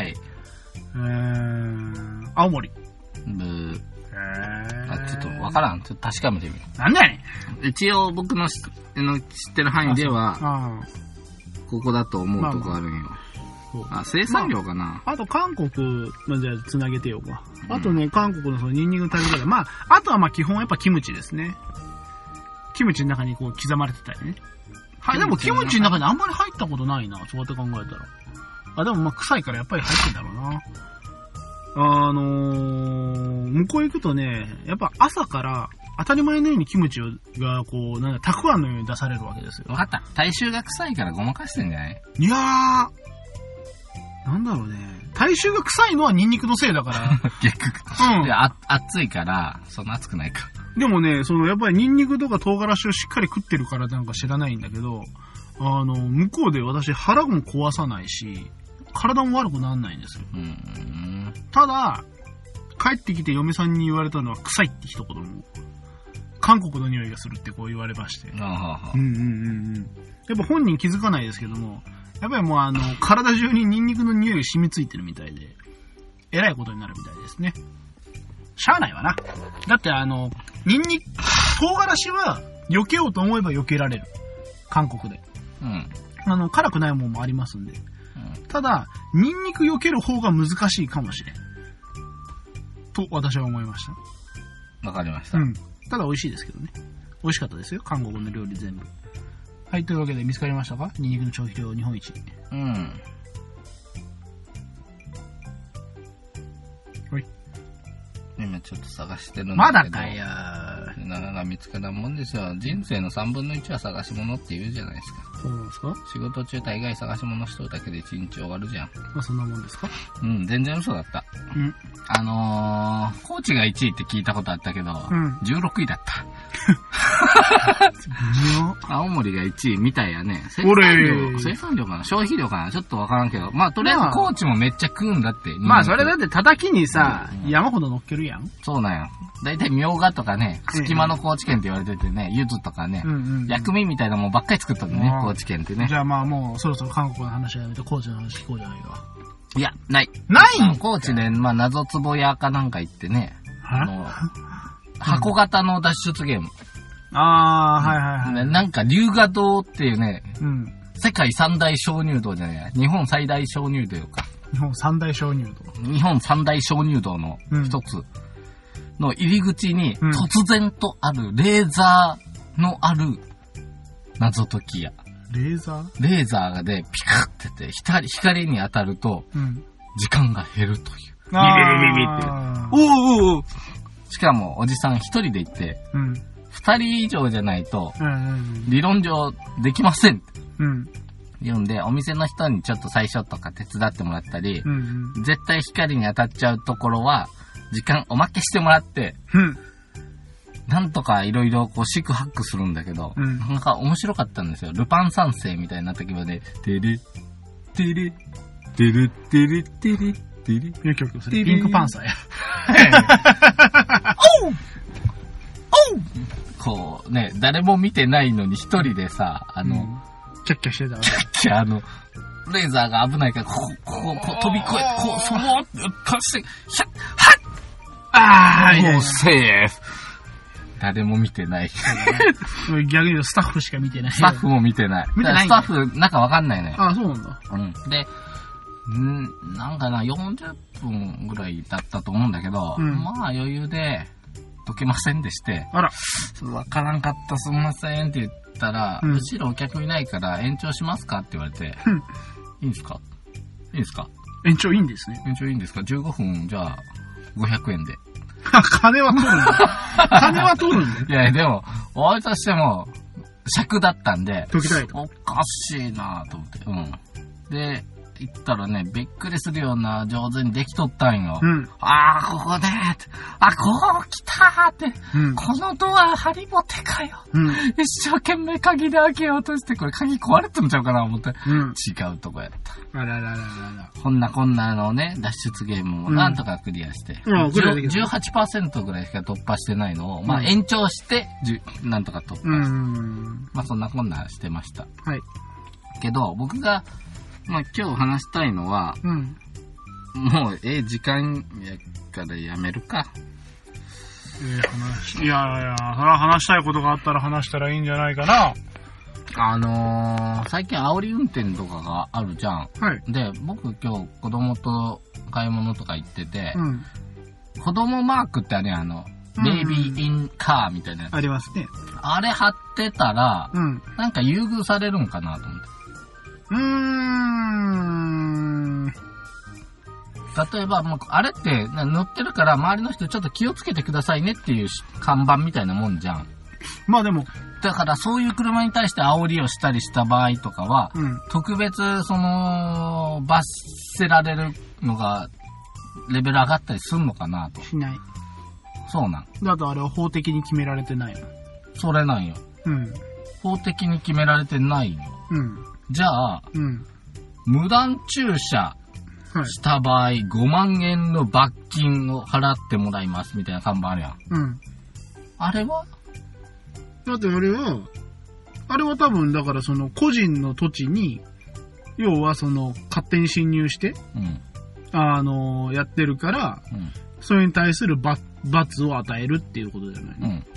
青森。 ブー。ちょっとわからん。ちょっと確かめてみる。 なんだよね。 一応僕の知ってる範囲では、ここだと思うとこあるんよ。生産量かな。 あと韓国、じゃあつなげてようか。あとね、韓国のそのニンニクの食べ方。あとは基本やっぱキムチですね。キムチの中にこう刻まれてたりね。はい、でもキムチの中にあんまり入ったことないな。そうやって考えたら。でも臭いからやっぱり入ってんだろうな。向こう行くとね、やっぱ朝から当たり前のようにキムチが、こう、たくあんのように出されるわけですよ。 わかった。体臭が臭いからごまかしてんじゃない？ いやー、なんだろうね。体臭が臭いのはニンニクのせいだから。 逆か。いや、熱いから、そんな熱くないか。 でもね、やっぱりニンニクとか唐辛子をしっかり食ってるからなんか知らないんだけど、向こうで私腹も壊さないし、体も悪くならないんですよ。ただ、帰ってきて嫁さんに言われたのは臭いって一言も、韓国の匂いがするってこう言われまして。やっぱ本人気づかないですけども、やっぱりもう体中にニンニクの匂いが染みついてるみたいで、えらいことになるみたいですね。しゃあないわな。だって、ニンニク、唐辛子は避けようと思えば避けられる。韓国で。辛くないものもありますんで。ただ、ニンニク避ける方が難しいかもしれん。と、私は思いました。 わかりました。 ただ美味しいですけどね。美味しかったですよ。韓国の料理全部。はい、というわけで見つかりましたか？ニンニクの消費量日本一。はい。 今ちょっと探してるんだけど。 まだかよ。 なかなか見つからんもんですよ。人生の3分の1は探し物って言うじゃないですか。 そうなんですか？ 仕事中大概探し物しとるだけで1日終わるじゃん。 まあそんなもんですか？ 全然嘘だった。高知が1位って聞いたことあったけど、16位だった。青森が1位みたいやね。生産量かな消費量かなちょっとわからんけど。まあとりあえず高知もめっちゃ食うんだって。 まあそれだって叩きにさ、山ほど乗っけるやん。 そうなんや。だいたいみょうがとかね、隙間の高知県って言われててね、柚子とかね、薬味みたいなもんばっかり作ったんだね、高知県ってね。 じゃあまあもうそろそろ韓国の話はやめて高知の話聞こうじゃないか。 いや、ない。 ないん？ 高知で、まあ謎壺屋かなんか行ってね、箱型の脱出ゲーム。なんか龍河洞っていうね、世界三大鍾乳洞じゃない、日本最大鍾乳洞か。 日本三大鍾乳洞。 日本三大鍾乳洞の一つの入り口に突然とあるレーザーのある謎解き屋。 レーザーでピカってて、光に当たると時間が減るという。ビビビビビっていう。しかもおじさん一人で行って、二人以上じゃないと理論上できませんって言うんで、お店の人にちょっと最初とか手伝ってもらったり、絶対光に当たっちゃうところは時間おまけしてもらって、なんとかいろいろこう四苦八苦するんだけど、なんか面白かったんですよ。ルパン三世みたいになった気分で、テレテレテレテレテレテレ。 ピンクパンサーや。 こうね、誰も見てないのに一人でさ、 キャッキャしてたわ。 キャッキャレーザーが危ないから、こう飛び越えて、こう、その、かして、もうセーフ。誰も見てない。 逆に言うとスタッフしか見てない。 スタッフも見てない。スタッフ、なんかわかんないね。 そうなんだ。 で、なんかな、40分ぐらいだったと思うんだけど、まあ余裕で解けませんでして、わからんかった、すみませんって言ったら、後ろお客いないから延長しますかって言われて、いいんですか？いいんですか？ 延長いいんですね。 延長いいんですか？ 15 分じゃあ500円で。 金は取るんだ。金は取るんだ。 いや、でも、お会いとしても、尺だったんで、 解きたいと。 おかしいなぁと思って。で、行ったらね、びっくりするような上手にできとったんよ。ここで、こう来たーって、このドアハリボテかよ。一生懸命鍵で開けようとして、これ鍵壊れてんちゃうかな思って、違うとこやった。こんなのね、脱出ゲームをなんとかクリアして、18% ぐらいしか突破してないのを、まあ延長して、なんとか突破して、まあそんなこんなしてました。けど、僕が、まあ今日話したいのは、もう、時間やからやめるか。 いや、それは話したいことがあったら話したらいいんじゃないかな。 最近煽り運転とかがあるじゃん。で、僕今日子供と買い物とか行ってて、子供マークってベイビーインカーみたいなやつ。 ありますね。 あれ貼ってたら、なんか優遇されるんかなと思って。 例えば、もう、あれって、乗ってるから周りの人ちょっと気をつけてくださいねっていう看板みたいなもんじゃん。 まあでも、 だからそういう車に対して煽りをしたりした場合とかは、特別、罰せられるのが、レベル上がったりすんのかなと。 しない。 そうなん。 だとあれは法的に決められてないの。 それなんよ。法的に決められてないよ。じゃあ、無断駐車した場合、5万円の罰金を払ってもらいますみたいな看板あるやん。あれはだってあれは多分だから個人の土地に、要は勝手に侵入して、やってるから、それに対する罰を与えるっていうことじゃないの。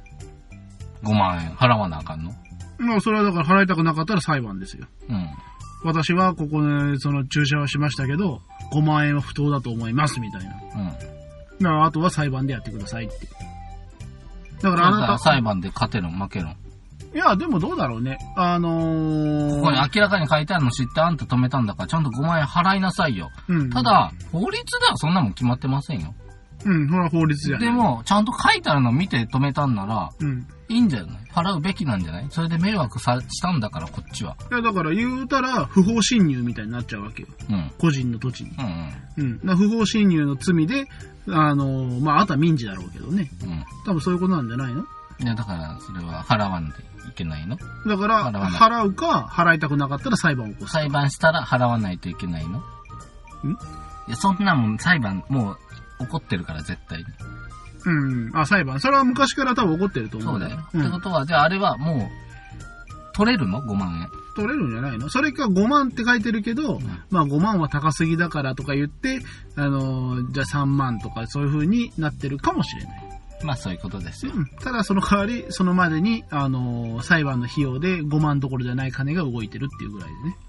5万円払わなあかんの？ まあそれはだから払いたくなかったら裁判ですよ。私はここで駐車はしましたけど、5万円は不当だと思いますみたいな。だからあとは裁判でやってくださいって。だからあなた裁判で勝てるの負けるの？ いや、でもどうだろうね。ここに明らかに書いてあるの知ってあんた止めたんだから、ちゃんと5万円払いなさいよ。ただ、法律ではそんなもん決まってませんよ。 それは法律じゃない。 でも、ちゃんと書いてあるの見て止めたんなら、いいんじゃない？払うべきなんじゃない？それで迷惑したんだから、こっちは。いや、だから言うたら、不法侵入みたいになっちゃうわけよ。個人の土地に。不法侵入の罪で、あとは民事だろうけどね。多分そういうことなんじゃないの？ いや、だから、それは払わんでいけないの？ だから、払うか、払いたくなかったら裁判を起こす。 裁判したら払わないといけないの？いや、そんなもん裁判、もう、起こってるから、絶対に。 裁判。それは昔から多分起こってると思う。 そうだよ。ってことは、じゃああれはもう、取れるの？ 5 万円。 取れるんじゃないの？それか5万って書いてるけど、まあ5万は高すぎだからとか言って、じゃあ3万とかそういう風になってるかもしれない。 まあそういうことですよ。 ただその代わり、そのまでに、裁判の費用で5万どころじゃない金が動いてるっていうぐらいでね。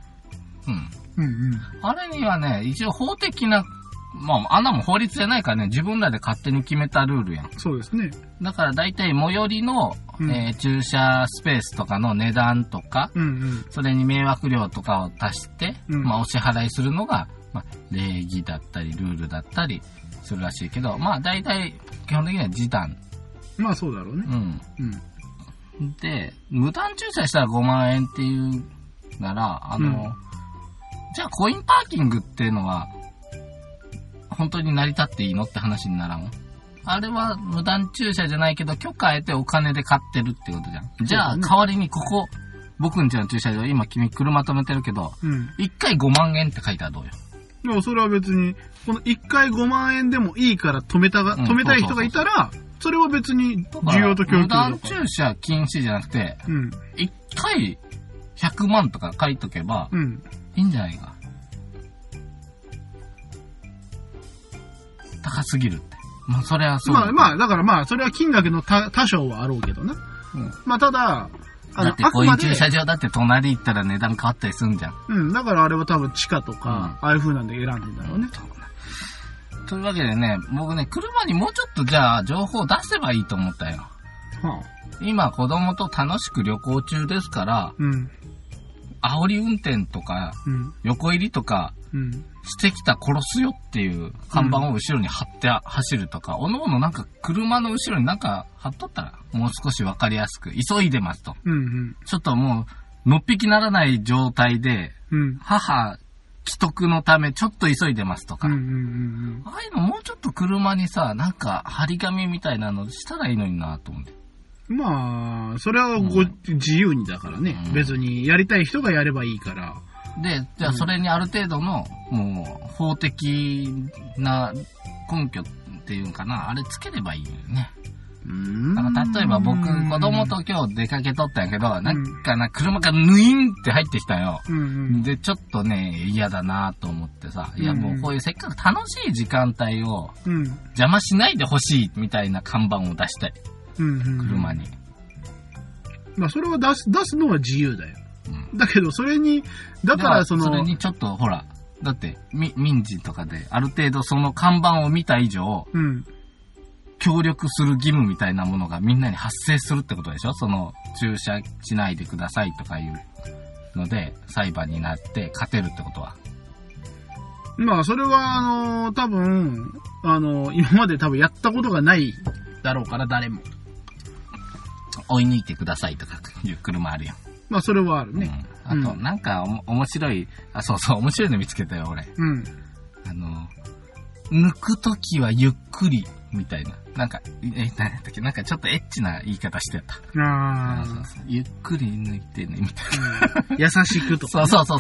あれにはね、一応法的な、まあ、あんなもん法律じゃないからね、自分らで勝手に決めたルールやん。 そうですね。 だから大体最寄りの、駐車スペースとかの値段とか、それに迷惑料とかを足して、まあお支払いするのが、まあ、礼儀だったりルールだったりするらしいけど、まあ大体基本的には示談。 まあそうだろうね。 で、無断駐車したら5万円っていうなら、じゃあコインパーキングっていうのは、本当に成り立っていいのって話にならん？あれは無断駐車じゃないけど、許可得てお金で買ってるってことじゃん。じゃあ、代わりにここ、僕ん家の駐車場、今君車止めてるけど、1回5万円って書いたらどうよ。 でもそれは別に、この1回5万円でもいいから止めたい人がいたら、それは別に需要と供給無断駐車禁止じゃなくて、1回100万とか書いとけば、いいんじゃないか。高すぎるって。まあ、それはそうだ。 まあ、だからまあ、それは金額の多少はあろうけどな。まあ、ただ、 だってコイン駐車場だって隣行ったら値段変わったりすんじゃん。 だからあれは多分地下とか、ああいう風なんで選んでんだろうね。 というわけでね、僕ね、車にもうちょっとじゃあ情報を出せばいいと思ったよ。今子供と楽しく旅行中ですから、煽り運転とか、横入りとか、してきた殺すよっていう看板を後ろに貼って走るとか、おのおのなんか車の後ろになんか貼っとったら、もう少しわかりやすく、急いでますと。ちょっともう、のっぴきならない状態で、母、既得のためちょっと急いでますとか。ああいうのもうちょっと車にさ、なんか張り紙みたいなのしたらいいのになと思って。 まあ、それは自由にだからね。別にやりたい人がやればいいから。 で、じゃあそれにある程度の、もう、法的な根拠っていうかな、あれつければいいよね。なんか例えば僕、子供と今日出かけとったんやけど、なんかな、車がヌインって入ってきたよ。で、ちょっとね、嫌だなと思ってさ、いやもうこういうせっかく楽しい時間帯を邪魔しないでほしいみたいな看板を出したい。車に。 まあそれは出すのは自由だよ。だけどそれに、だからそれにちょっとほら、だって民事とかである程度その看板を見た以上、協力する義務みたいなものがみんなに発生するってことでしょ？その駐車しないでくださいとかいうので裁判になって勝てるってことは。 まあ、それは、多分、今まで多分やったことがないだろうから、誰も。 追い抜いてくださいとかいう車あるよ。 まあ、それはあるね。 あと、なんか、面白い、そうそう、面白いの見つけたよ、俺。 うん。 抜くときはゆっくり、みたいな。なんか、なんだっけ、なんかちょっとエッチな言い方してた。そうそう、ゆっくり抜いてね、みたいな。 優しくとか、 ね。そう。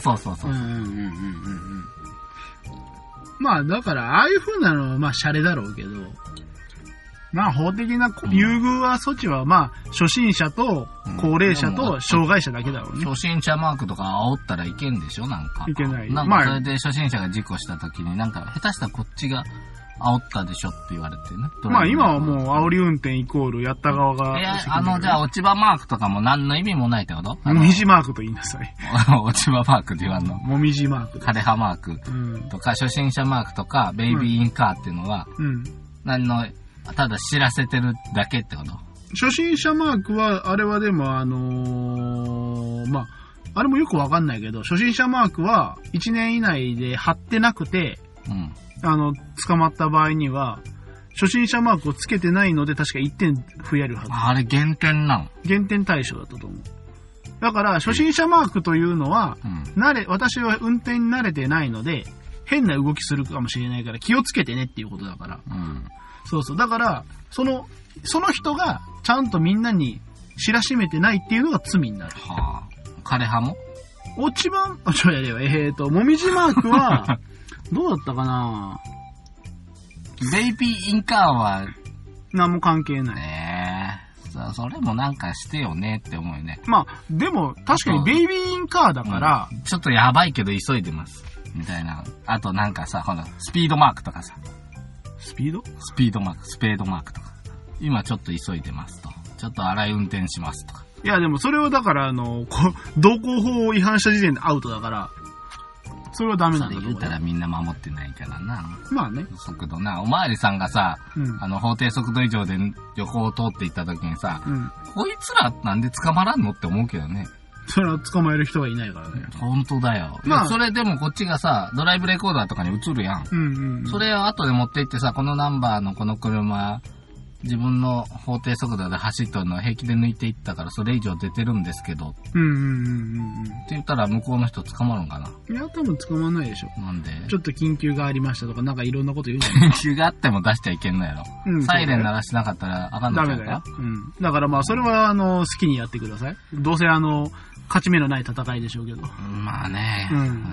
まあ、だから、ああいう風なのは、まあ、シャレだろうけど、まあ、法的な優遇は措置は、まあ、初心者と高齢者と障害者だけだろうね。 初心者マークとか煽ったらいけんでしょ、なんか。 いけない。 なんかそれで初心者が事故した時に、なんか下手したらこっちが煽ったでしょって言われてね。 まあ今はもう煽り運転イコールやった側が。 じゃあ落ち葉マークとかも何の意味もないってこと？ もみじマークと言いなさい。 落ち葉マークって言わんの？ もみじマーク。 枯葉マークとか、初心者マークとか、ベイビーインカーっていうのは、何の、ただ知らせてるだけってこと？ 初心者マークは、あれはでもまあ、あれもよくわかんないけど、初心者マークは1年以内で貼ってなくて、捕まった場合には、初心者マークをつけてないので確か1点増えるはず。 あれ減点なの？ 減点対象だったと思う。だから、初心者マークというのは、私は運転に慣れてないので、変な動きするかもしれないから気をつけてねっていうことだから。そうそう。だから、その人がちゃんとみんなに知らしめてないっていうのが罪になる。 はぁ。枯葉も？ もみじマークは、どうだったかな？ ベイビーインカーは、 何も関係ない。 それもなんかしてよねって思うよね。 まあ、でも、確かにベイビーインカーだから、 ちょっとやばいけど急いでます。みたいな。あとなんかさ、スピードマークとかさ。 スピードマーク、スペードマークとか。今ちょっと急いでますと。ちょっと荒い運転しますとか。 いや、でもそれはだから、道交法を違反した時点でアウトだから、それはダメなんだと思う。 それ言うたらみんな守ってないからな。 まあね。 速度な。おまわりさんがさ、法定速度以上で横を通っていった時にさ、こいつらなんで捕まらんのって思うけどね。 それは捕まえる人がいないからね。 本当だよ。まあ、それでもこっちがさ、ドライブレコーダーとかに映るやん。それを後で持って行ってさ、このナンバーのこの車、自分の法定速度で走ったのを平気で抜いていったからそれ以上出てるんですけど。って言ったら向こうの人捕まるんかな？ いや、多分捕まんないでしょ。 なんで？ ちょっと緊急がありましたとか、なんかいろんなこと言うんじゃない？ 緊急があっても出しちゃいけんのやろ。サイレン鳴らしなかったらあかんのちゃうか？ダメだよ。 だからまあ、それは好きにやってください。どうせ勝ち目のない戦いでしょうけど。 まあね、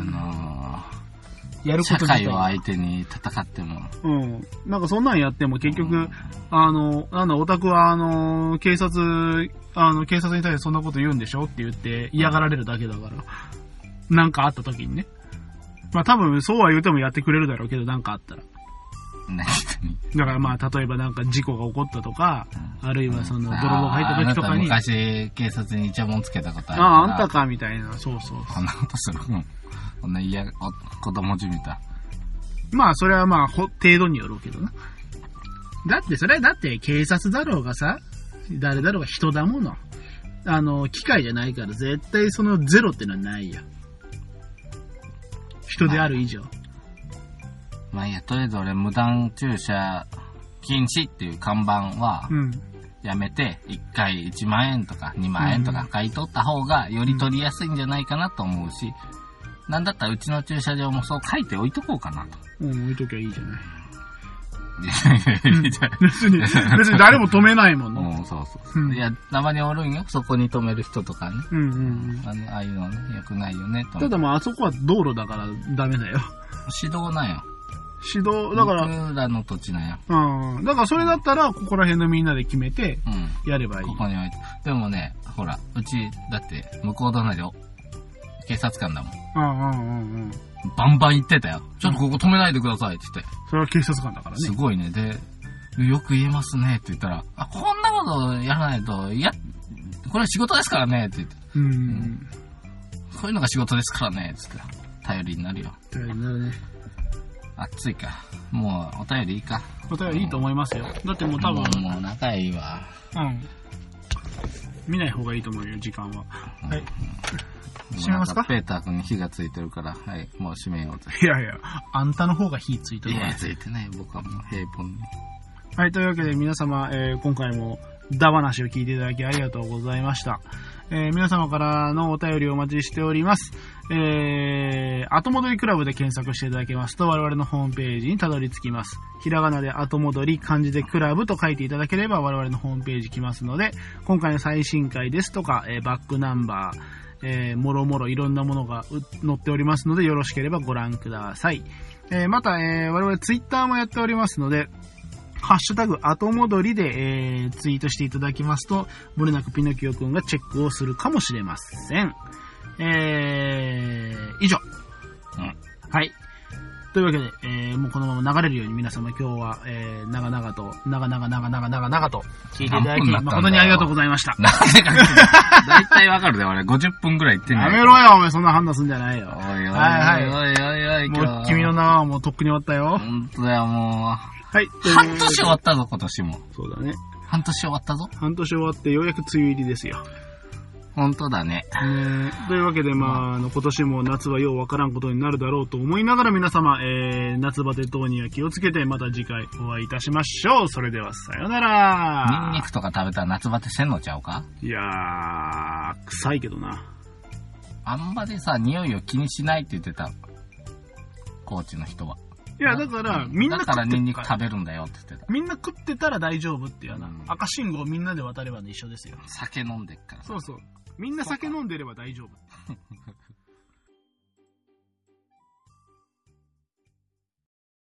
やること自体社会を相手に戦っても。 なんかそんなんやっても結局、オタクは警察に対してそんなこと言うんでしょって言って嫌がられるだけだから。なんかあった時にね。まあ多分そうは言うてもやってくれるだろうけど、なんかあったら。だからまあ例えばなんか事故が起こったとか、あるいは泥棒が入った時とかに。 昔警察にイチャモンつけたことある。 あんたかみたいな。そう。 こんなことする。こんな子供じみた。 まあそれはまあ程度によるけどな。だって警察だろうがさ、誰だろうが人だもの。機械じゃないから絶対そのゼロってのはないや。人である以上。 まあいいや、とりあえず俺無断駐車禁止っていう看板は、やめて、1回1万円とか2万円とか買い取った方がより取りやすいんじゃないかなと思うし、なんだったらうちの駐車場もそう書いて置いとこうかなと。 置いときゃいいじゃない。別に誰も止めないもんね。 そう。いや、たまにおるんよ。そこに止める人とかね。ああいうのね、良くないよね。 ただまああそこは道路だからダメだよ。 指導なんよ。 指導、だから。 僕らの土地なんよ。 だからそれだったら、ここら辺のみんなで決めて、やればいい。 ここに置いて。でもね、ほら、うち、だって、向こう隣を、警察官だもん。バンバン言ってたよ。ちょっとここ止めないでくださいって言って。 それは警察官だからね。 すごいね。で、よく言えますねって言ったら、こんなことやらないと、これは仕事ですからねって言って。こういうのが仕事ですからねって言って。頼りになるよ。 頼りになるね。 暑いか。もうお便りいいか。 お便りいいと思いますよ。だってもう多分。 もう仲いいわ。 見ない方がいいと思うよ、時間は。はい。 閉めますか？ ペーター君に火がついてるから、はい、もう閉めようと。 いやいや、あんたの方が火ついてるわ。 いや、ついてない。僕はもう平凡に。 はい、というわけで皆様、今回もダ話を聞いていただきありがとうございました。皆様からのお便りをお待ちしております。後戻りクラブで検索していただけますと我々のホームページにたどり着きます。ひらがなで後戻り、漢字でクラブと書いていただければ我々のホームページ来ますので、今回の最新回ですとか、バックナンバー、もろもろいろんなものが載っておりますのでよろしければご覧ください。また、我々ツイッターもやっておりますので、ハッシュタグ後戻りで、ツイートしていただきますと、漏れなくピノキオくんがチェックをするかもしれません。以上。はい。というわけで、もうこのまま流れるように皆様今日は、長々と聞いていただき、誠にありがとうございました。 だいたいわかるで、俺50分くらい言ってんねん。 やめろよ、お前そんな判断すんじゃないよ。 おいおいおいおいおい、 もう君の名はもうとっくに終わったよ。 ほんとだよ、もう。 はい。 半年終わったぞ、今年も。 そうだね。 半年終わったぞ。 半年終わってようやく梅雨入りですよ。 本当だね。 というわけで、今年も夏はようわからんことになるだろうと思いながら皆様、夏バテ等には気をつけてまた次回お会いいたしましょう。それではさよなら。 ニンニクとか食べたら夏バテせんのちゃうか？ いやー、臭いけどな。 あんまりさ、匂いを気にしないって言ってた。高知の人は。 いや、だから、みんなだからニンニク食べるんだよって言ってた。 みんな食ってたら大丈夫っていう赤信号みんなで渡れば一緒ですよ。 酒飲んでっから。 そうそう。みんな酒飲んでれば大丈夫。